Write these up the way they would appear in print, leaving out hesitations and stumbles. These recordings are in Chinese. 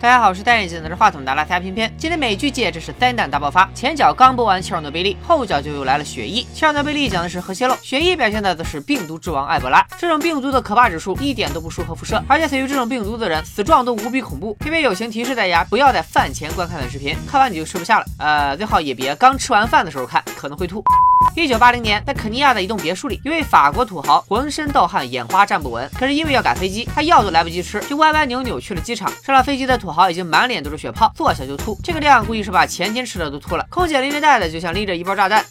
大家好，我是戴眼镜拿着话筒的阿拉斯加偏偏。今天美剧界这是灾难大爆发，前脚刚播完切尔诺贝利，后脚就又来了血疫。切尔诺贝利讲的是核泄漏，血疫表现的则是病毒之王埃博拉。这种病毒的可怕指数一点都不输核辐射，而且死于这种病毒的人死状都无比恐怖。偏偏友情提示大家不要在饭前观看短视频，看完你就吃不下了。最好也别刚吃完饭的时候看，可能会吐。1980年，在肯尼亚的一栋别墅里，一位法国土豪浑身盗汗，眼花站不稳。可是因为要赶飞机，他药都来不及吃，就歪歪扭扭去了机场。上了飞机的土豪已经满脸都是血泡，坐下就吐。这个量估计是把前天吃的都吐了。空姐拎着袋子，就像拎着一包炸弹。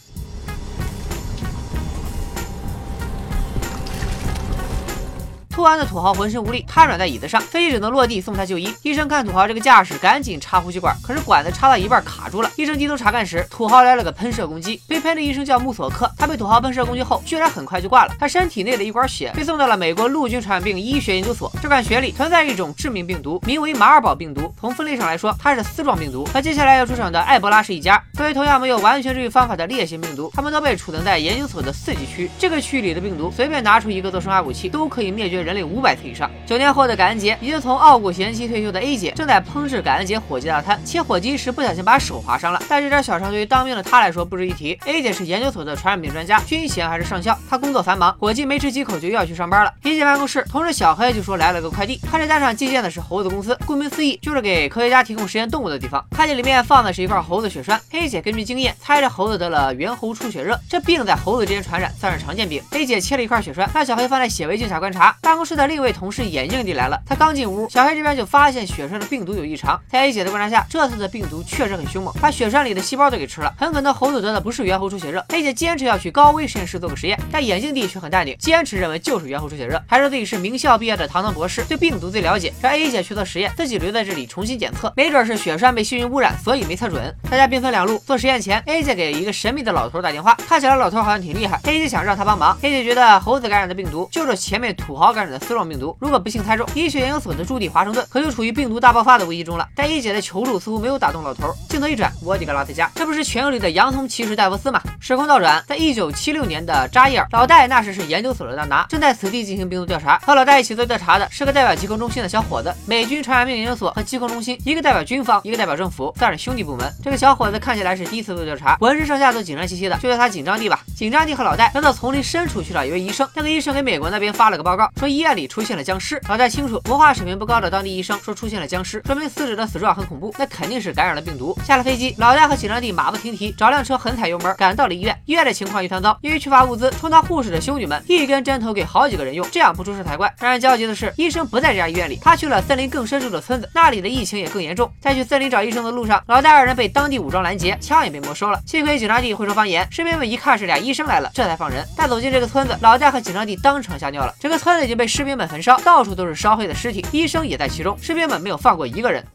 吐完的土豪浑身无力，瘫软在椅子上，飞机只能落地送他就医。医生看土豪这个架势，赶紧插呼吸管，可是管子插到一半卡住了。医生低头查看时，土豪来了个喷射攻击。被喷的医生叫穆索克，他被土豪喷射攻击后，居然很快就挂了。他身体内的一管血被送到了美国陆军传染病医学研究所。这管血里存在一种致命病毒，名为马尔堡病毒。从分类上来说，它是丝状病毒，和接下来要出场的埃博拉是一家。作为同样没有完全治愈方法的烈性病毒，他们都被储存在研究所的4级区。这个区域里的病毒，随便拿出一个做生化武器，都可以灭绝人类500次以上。9年后的感恩节，已经从傲骨贤妻退休的 A 姐正在烹制感恩节火鸡大餐，切火鸡时不小心把手划伤了。但这点小伤对于当兵的她来说不值一提。A 姐是研究所的传染病专家，军衔还是上校，她工作繁忙，火鸡没吃几口就又要去上班了。一进办公室，同事小黑就说来了个快递，看这单上寄件的是猴子公司，顾名思义就是给科学家提供实验动物的地方。看见里面放的是一块猴子血栓 ，A 姐根据经验猜着猴子得了猿猴出血热，这病在猴子之间传染，算是常见病。A 姐切了一块血栓，让小黑放在显微镜下观察。办公室的另一位同事眼镜帝来了，他刚进屋，小黑这边就发现血栓的病毒有异常。在 A 姐的观察下，这次的病毒确实很凶猛，把血栓里的细胞都给吃了，很可能猴子得的不是猿猴出血热。A 姐坚持要去高危实验室做个实验，但眼镜帝却很淡定，坚持认为就是猿猴出血热，还说自己是名校毕业的堂堂博士，对病毒最了解，让 A 姐去做实验，自己留在这里重新检测，没准是血栓被细菌污染，所以没测准。大家兵分两路，做实验前 A 姐给一个神秘的老头打电话，看起来老头好像挺厉害 ，A 姐想让他帮忙。A 姐觉得猴子感染的病毒就是前面土豪感染的丝状病毒，如果不幸猜中，医学研究所的驻地华盛顿可就处于病毒大爆发的危机中了。但 A 姐的求助似乎没有打动老头，镜头一转，我的个拉斯加，这不是全游里的洋葱骑士戴维斯吗？时空倒转，在1976年的扎伊尔，老戴那时是研究所的大拿，正在此地进行病毒调查。和老戴一起做调查的是个代表疾控中心的小伙子。美军传染病研究所和疾控中心，一个代表军方，一个代表政府，算是兄弟部门。这个小伙子看起来是第一次做调查，浑身上下都紧张兮兮的，就叫他紧张帝吧。紧张帝和老戴来到丛林深处去找一位医生，那个医生给美国那边发了个报告，说医院里出现了僵尸。老戴清楚，文化水平不高的当地医生说出现了僵尸，说明死者的死状很恐怖，那肯定是感染了病毒。下了飞机，老戴和紧张帝马不停蹄，找辆车狠踩油门，赶到了医院。医院的情况一团糟，因为缺乏物资，充当护士的修女们一根针头给好几个人用，这样不出事才怪。让人焦急的是，医生不在这家医院里，他去了森林更深处的村子，那里的疫情也更严重。在去森林找医生的路上，老戴二人被当地武装拦截，枪也被没收了。幸亏紧张帝会说方言，士兵们一看是俩医生来了，这才放人。但走进这个村子，老戴和紧张帝当场吓尿了。整个村子已经被士兵们焚烧，到处都是烧黑的尸体，医生也在其中，士兵们没有放过一个人。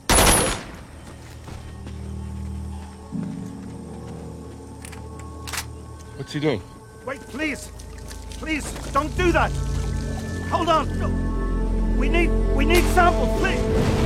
What's he doing? Wait, please. Please, don't do that. Hold on. We need samples, please.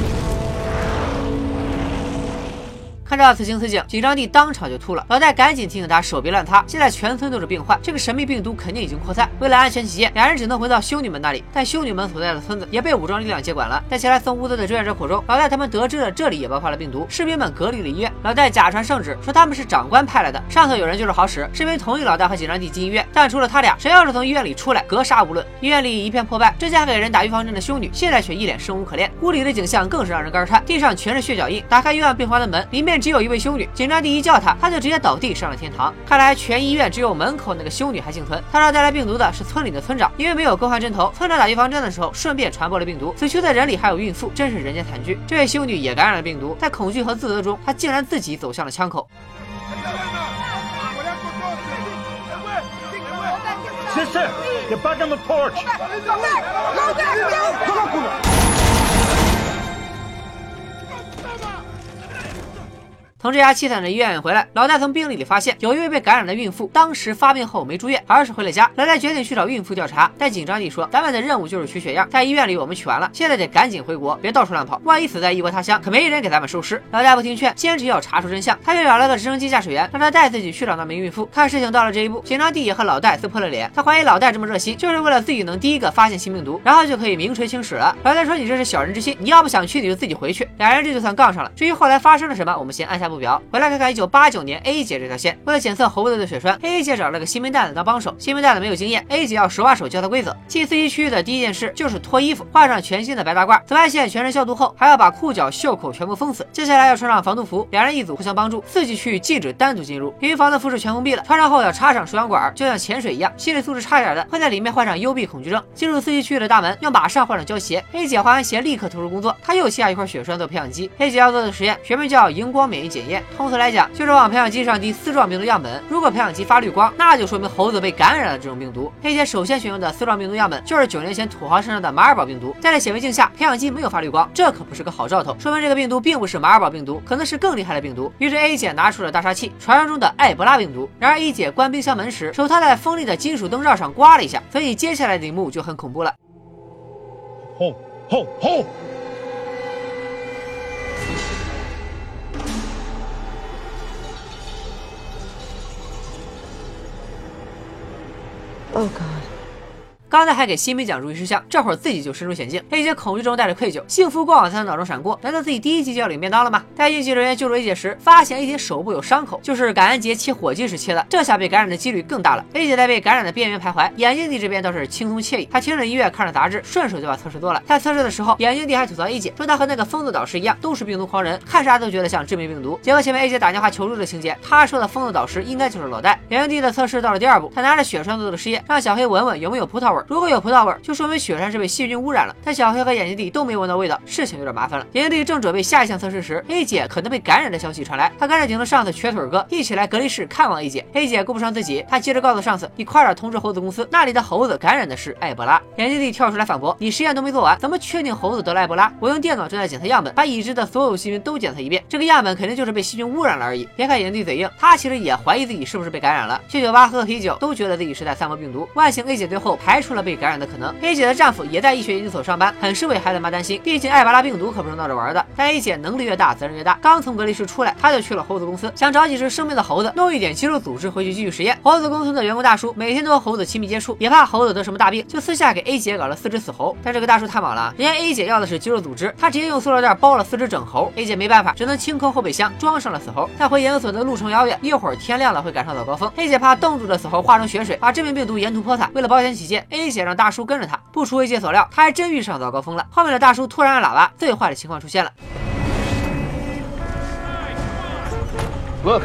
看到此情此景，紧张帝当场就吐了。老戴赶紧提醒他手别乱擦，现在全村都是病患，这个神秘病毒肯定已经扩散。为了安全起见，俩人只能回到修女们那里。但修女们所在的村子也被武装力量接管了。在前来送物资的志愿者口中，老戴他们得知了这里也爆发了病毒，士兵们隔离了医院。老戴假传圣旨，说他们是长官派来的，上头有人就是好使。士兵同意老戴和紧张帝进医院，但除了他俩，谁要是从医院里出来，格杀勿论。医院里一片破败，之前还给人打预防针的修女，现在却一脸生无可恋。屋里的景象更是让人肝颤，地上全是血脚印。打开医院病房的门，里面只有一位修女。紧张帝一叫他，他就直接倒地上了天堂。看来全医院只有门口那个修女还幸存。他让带来病毒的是村里的村长，因为没有更换针头，村长打预防针的时候顺便传播了病毒。死去的人里还有孕妇，真是人间惨剧。这位修女也感染了病毒，在恐惧和自责中，她竟然自己走向了枪口。 Sister, get back on the porch. 从这家凄惨的医院回来，老戴从病历里发现有一位被感染的孕妇，当时发病后没住院，而是回了家。老戴决定去找孕妇调查，但紧张地说：“咱们的任务就是取血样，在医院里我们取完了，现在得赶紧回国，别到处乱跑，万一死在异国他乡，可没人给咱们收尸。”老戴不听劝，坚持要查出真相。他就找了个直升机驾驶员，让他带自己去找那名孕妇。看事情到了这一步，紧张地也和老戴撕破了脸。他怀疑老戴这么热心，就是为了自己能第一个发现新病毒，然后就可以名垂青史了。老戴说：“你这是小人之心，你要不想去你就自己回去。”俩人这就算杠上了。至于后来发生了什么，我们先按下不表。回来看看1989年 A 姐这条线。为了检测猴子的血栓， A 姐找了个新兵蛋子当帮手。新兵蛋子没有经验， A 姐要手把手教他规则。进司机区域的第一件事就是脱衣服，换上全新的白大褂，紫外线全身消毒后，还要把裤脚袖口全部封死。接下来要穿上防毒服，两人一组互相帮助。四级区域禁止单独进入，由于防毒服是全封闭了，穿上后要插上输氧管，就像潜水一样。心理素质差点的会在里面患上幽闭恐惧症。进入四级区域的大门要马上换上胶鞋。 A 姐换完鞋立刻投入工作，她又下一块血栓做培养基。A 姐要做的实验学名叫荧光免疫检验，通俗来讲就是往培养基上滴丝状病毒样本，如果培养基发绿光，那就说明猴子被感染了这种病毒。 A 姐首先选用的丝状病毒样本就是9年前土豪身上的马尔堡病毒，在这显微镜下培养基没有发绿光，这可不是个好兆头，说明这个病毒并不是马尔堡病毒，可能是更厉害的病毒。于是 A 姐拿出了大杀器，传说中的埃博拉病毒。然而 A 姐关冰箱门时，手套在锋利的金属灯罩上刮了一下，所以接下来的一幕就很恐怖了。 Ho, ho, ho! Oh, God. 刚才还给新兵讲注意事项，这会儿自己就身处险境。A 姐恐惧中带着愧疚，幸福过往在她脑中闪过，难道自己第一集就要领便当了吗？带应急人员救助 A 姐时，发现 A 姐手部有伤口，就是感恩节切火鸡时切的，这下被感染的几率更大了。A 姐在被感染的边缘徘徊，眼镜弟这边倒是轻松惬意，她听着音乐，看着杂志，顺手就把测试做了。在测试的时候，眼镜弟还吐槽 A 姐，说她和那个疯子导师一样，都是病毒狂人，看啥都觉得像致命病毒。结果前面 A 姐打电话求助的情节，她说的疯子导师应该就是老戴。眼镜弟的测试到了第二步，他拿着血栓做的实验，让小黑闻闻有没有葡萄味，如果有葡萄味，就说明血栓是被细菌污染了。但小黑和眼镜弟都没闻到味道，事情有点麻烦了。眼镜弟正准备下一项测试时， A 姐可能被感染的消息传来，他跟着顶头上司瘸腿哥一起来隔离室看望 A 姐。A 姐顾不上自己，她接着告诉上司：“你快点通知猴子公司，那里的猴子感染的是埃博拉。”眼镜弟跳出来反驳：“你实验都没做完，怎么确定猴子得了埃博拉？我用电脑正在检测样本，把已知的所有细菌都检测一遍，这个样本肯定就是被细菌污染了而已。”别看眼镜弟嘴硬，他其实也怀疑自己是不是被感染了。去酒吧喝啤酒都觉得自己是在散播病毒。万幸 A 姐最后排除了被感染的可能。A 姐的丈夫也在医学研究所上班，很是为孩子妈担心，毕竟埃博拉病毒可不是闹着玩的。但 A 姐能力越大责任越大，刚从隔离室出来，她就去了猴子公司，想找几只生病的猴子，弄一点肌肉组织回去继续实验。猴子公司的员工大叔每天都和猴子亲密接触，也怕猴子得什么大病，就私下给 A 姐搞了4只死猴。但这个大叔太莽了，人家 A 姐要的是肌肉组织，他直接用塑料袋包了4只整猴。A 姐没办法，只能清空后备箱装上了死猴。但回研究所的路程遥远，一会儿天亮了会赶上早高峰。A 姐怕冻住的死猴化成血水，把致命病毒沿途泼洒。为了保险起见， A 姐让大叔跟着她。不出 A 姐所料，他还真遇上早高峰了。后面的大叔突然按喇叭，最坏的情况出现了。 Look.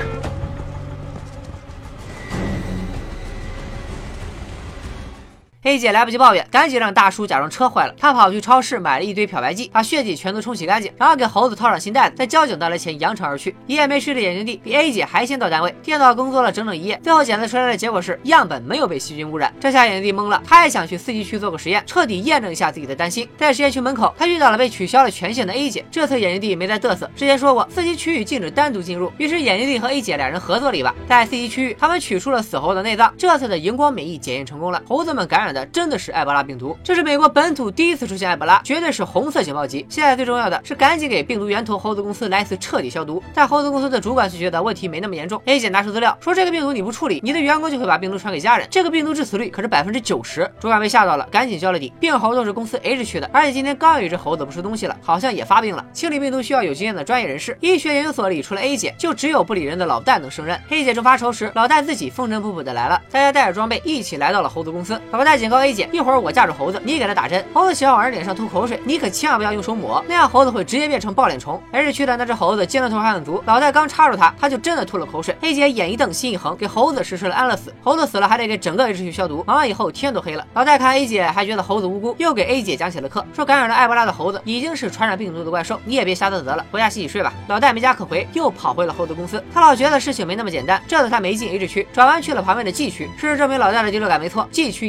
A 姐来不及抱怨，赶紧让大叔假装车坏了。她跑去超市买了一堆漂白剂，把血迹全都冲洗干净，然后给猴子套上新袋子，在交警到来前扬长而去。一夜没睡的眼镜弟比 A 姐还先到单位，电脑工作了整整1夜，最后检测出来的结果是样本没有被细菌污染。这下眼镜弟懵了，他也想去4级区做个实验，彻底验证一下自己的担心。在实验区门口，他遇到了被取消了权限的 A 姐。这次眼镜弟没再嘚瑟，之前说过4级区域禁止单独进入，于是眼镜弟和 A 姐俩人合作了一把，在4级区域他们取出了死猴的内脏。这次的荧光免疫检验成功了，猴子们感染的真的是埃博拉病毒，这是美国本土第一次出现埃博拉，绝对是红色警报级。现在最重要的是赶紧给病毒源头猴子公司来一次彻底消毒。但猴子公司的主管却觉得问题没那么严重。A 姐拿出资料说，这个病毒你不处理，你的员工就会把病毒传给家人，这个病毒致死率可是90%。主管被吓到了，赶紧交了底。病猴都是公司 H 区的，而且今天刚有一只猴子不吃东西了，好像也发病了。清理病毒需要有经验的专业人士，医学研究所里除了 A 姐，就只有不理人的老戴能胜任。A 姐正发愁时，老戴自己风尘仆仆的来了，大家带着装备一起来到了猴子公司。老戴警告 A 姐，一会儿我架着猴子，你给他打针，猴子喜欢往人脸上吐口水，你可千万不要用手抹，那样猴子会直接变成抱脸虫。H区的那只猴子精神头还很足，老戴刚插入它，它就真的吐了口水。A 姐眼一瞪心一横，给猴子实施了安乐死。猴子死了还得给整个 H 区消毒，忙完以后天都黑了。老戴看 A 姐还觉得猴子无辜，又给 A 姐讲起了课，说感染了埃博拉的猴子已经是传染病毒的怪兽，你也别瞎嘚瑟了，回家洗洗睡吧。老戴没家可回，又跑回了猴子公司。他老觉得事情没那么简单，这次他没进 H 区，转弯去了旁边的 G 区。事实证明老戴的第六感没错， G 区也出现了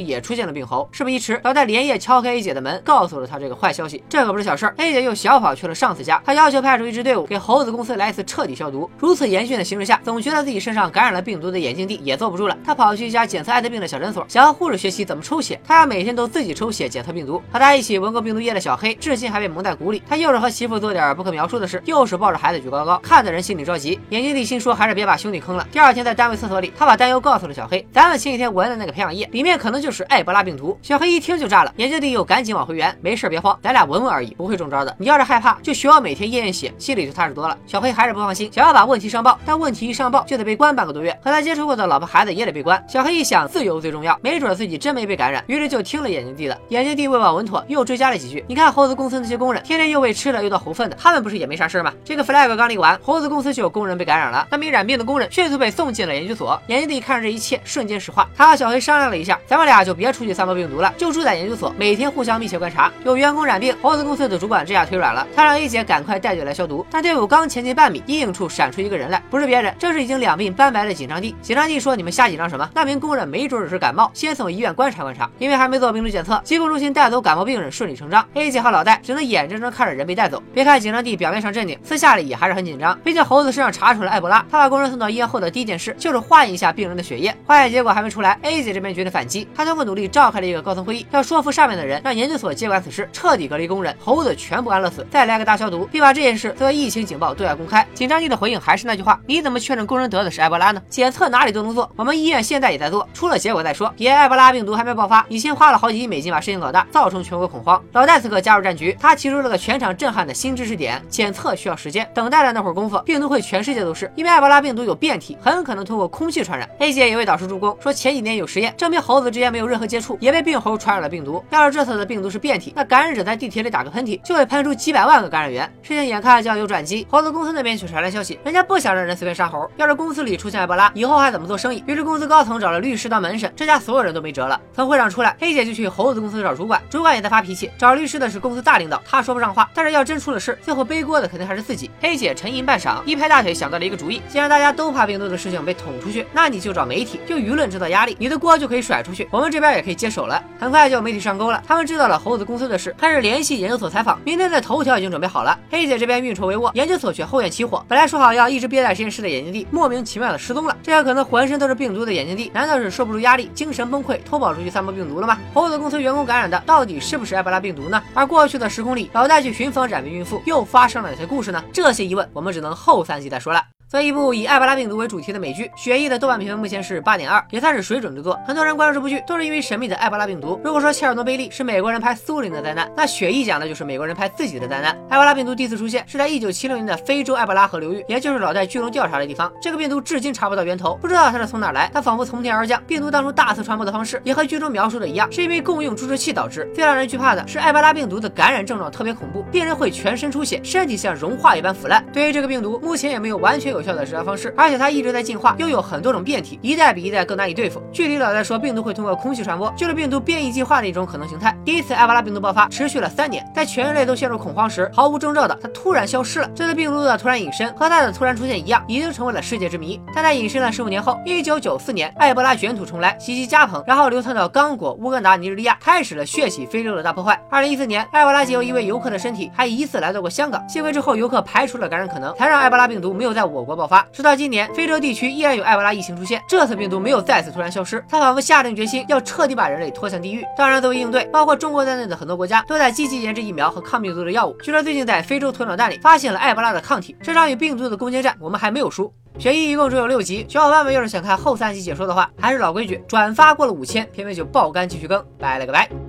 了病猴。事不宜迟，老戴连夜敲开 A 姐的门，告诉了她这个坏消息。这可不是小事儿 ，A 姐又小跑去了上司家，她要求派出一支队伍给猴子公司来一次彻底消毒。如此严峻的形势下，总觉得自己身上感染了病毒的眼镜弟也坐不住了。他跑去一家检测艾滋病的小诊所，想要护士学习怎么抽血。他要每天都自己抽血检测病毒。和他一起闻过病毒液的小黑，至今还被蒙在鼓里。他又是和媳妇做点不可描述的事，又是抱着孩子举高高，看得人心里着急。眼镜弟心说还是别把兄弟坑了。第二天在单位厕所里，他把担忧告诉了小黑，咱们前几天闻的那个培养液里面可能就是埃博拉病毒。小黑一听就炸了，眼镜弟又赶紧往回圆，没事别慌，咱俩闻闻而已，不会中招的。你要是害怕，就学我每天验验血，心里就踏实多了。小黑还是不放心，想要把问题上报，但问题一上报就得被关半个多月，和他接触过的老婆孩子也得被关。小黑一想，自由最重要，没准自己真没被感染，于是就听了眼镜弟的。眼镜弟未网稳妥，又追加了几句：你看猴子公司那些工人，天天又喂吃的又到猴粪的，他们不是也没啥事吗？这个 flag 刚立完，猴子公司就有工人被感染了，那名染病的工人迅速被送进了研究所。眼镜弟看着这一切，瞬间石化。他和小黑商量了一下，咱们俩就别出去散播病毒了，就住在研究所，每天互相密切观察。有员工染病，猴子公司的主管这下腿软了，他让 A 姐赶快带队来消毒。但队伍刚前进半米，阴影处闪出一个人来，不是别人，正是已经两鬓斑白的紧张弟。紧张弟说：“你们瞎紧张什么？那名工人没准只是感冒，先送医院观察观察。”因为还没做病毒检测，疾控中心带走感冒病人顺理成章。A 姐和老戴只能眼睁睁看着人被带走。别看紧张弟表面上镇定，私下里也还是很紧张。毕竟猴子身上查出了埃博拉，他把工人送到医院后的第一件事就是化验一下病人的血液。化验结果还没出来 ，A 姐这边决定反击。她通过努力召开了一个高层会议，要说服上面的人，让研究所接管此事，彻底隔离工人，猴子全部安乐死，再来个大消毒，并把这件事作为疫情警报对外公开。紧张弟的回应还是那句话：你怎么确认工人得的是埃博拉呢？检测哪里都能做，我们医院现在也在做，出了结果再说。别埃博拉病毒还没爆发，你先花了好几亿美金把事情搞大，造成全国恐慌。老戴此刻加入战局，他提出了个全场震撼的新知识点：检测需要时间，等待的那会儿功夫，病毒会全世界都是，因为埃博拉病毒有变体，很可能通过空气传染。A 姐也为导师助攻，说前几年有实验证明猴子之间没有任何接触，也被病猴传染了病毒。要是这次的病毒是变体，那感染者在地铁里打个喷嚏，就会喷出几百万个感染源。事情眼看就要有转机，猴子公司那边却传来消息，人家不想让人随便杀猴，要是公司里出现埃博拉，以后还怎么做生意？于是公司高层找了律师当门神，这家所有人都没辙了。从会上出来，黑姐就去猴子公司找主管，主管也在发脾气，找律师的是公司大领导，他说不上话。但是要真出了事，最后背锅的肯定还是自己。黑姐沉吟半晌，一拍大腿想到了一个主意，既然大家都怕病毒的事情被捅出去，那你就找媒体，用舆论制造压力，你的锅就可以甩出去，我们这边也可以接手了。很快就有媒体上钩了，他们知道了猴子公司的事，开始联系研究所采访，明天的头条已经准备好了。黑姐这边运筹帷幄，研究所却后院起火。本来说好要一直憋在实验室的眼镜弟，莫名其妙的失踪了。这个可能浑身都是病毒的眼镜弟，难道是受不住压力，精神崩溃，偷跑出去散播病毒了吗？猴子公司员工感染的到底是不是埃博拉病毒呢？而过去的时空里，老戴去寻访染病孕妇，又发生了哪些故事呢？这些疑问我们只能后3集再说了。作为一部以埃博拉病毒为主题的美剧，《血翼》的豆瓣评分目前是8.2，也算是水准之作。很多人关注这部剧都是因为神秘的埃博拉病毒。如果说切尔诺贝利是美国人拍苏联的灾难，那《血翼》讲的就是美国人拍自己的灾难。埃博拉病毒第一次出现是在1976年的非洲埃博拉河流域，也就是老戴聚龙调查的地方。这个病毒至今查不到源头，不知道它是从哪来，它仿佛从天而降。病毒当初大肆传播的方式也和剧中描述的一样，是因为共用注射器导致。最让人惧怕的是埃博拉病毒的感染症状特别恐怖，病人会全身出血，身体像融化一般腐烂。对于这个病毒，目前也没有完全有效的治疗方式。而且它一直在进化，又有很多种变体，一代比一代更难以对付。具体老戴说病毒会通过空气传播，就是病毒变异进化的一种可能形态。第一次埃博拉病毒爆发持续了3年，在全人类都陷入恐慌时，毫无征兆的它突然消失了。这次病毒的突然隐身和它的突然出现一样，已经成为了世界之谜。但在隐身了15年后，1994年埃博拉卷土重来，袭击加蓬，然后流窜到刚果、乌干达、尼日利亚，开始了血洗非洲的大破坏。2014年，埃博拉借由一位游客的身体，还疑似来到过香港，幸亏之后游客排除了感染可能，才让埃博拉病毒没有在我国爆发。直到今年，非洲地区依然有埃博拉疫情出现，这次病毒没有再次突然消失，它仿佛下定决心要彻底把人类拖向地狱。当然，作为应对，包括中国在内的很多国家都在积极研制疫苗和抗病毒的药物。据说最近在非洲鸵鸟蛋里发现了埃博拉的抗体，这场与病毒的攻坚战我们还没有输。血翼一共只有6集，小伙伴们要是想看后3集解说的话，还是老规矩，转发过了5000，片尾就爆肝继续更，拜了个拜。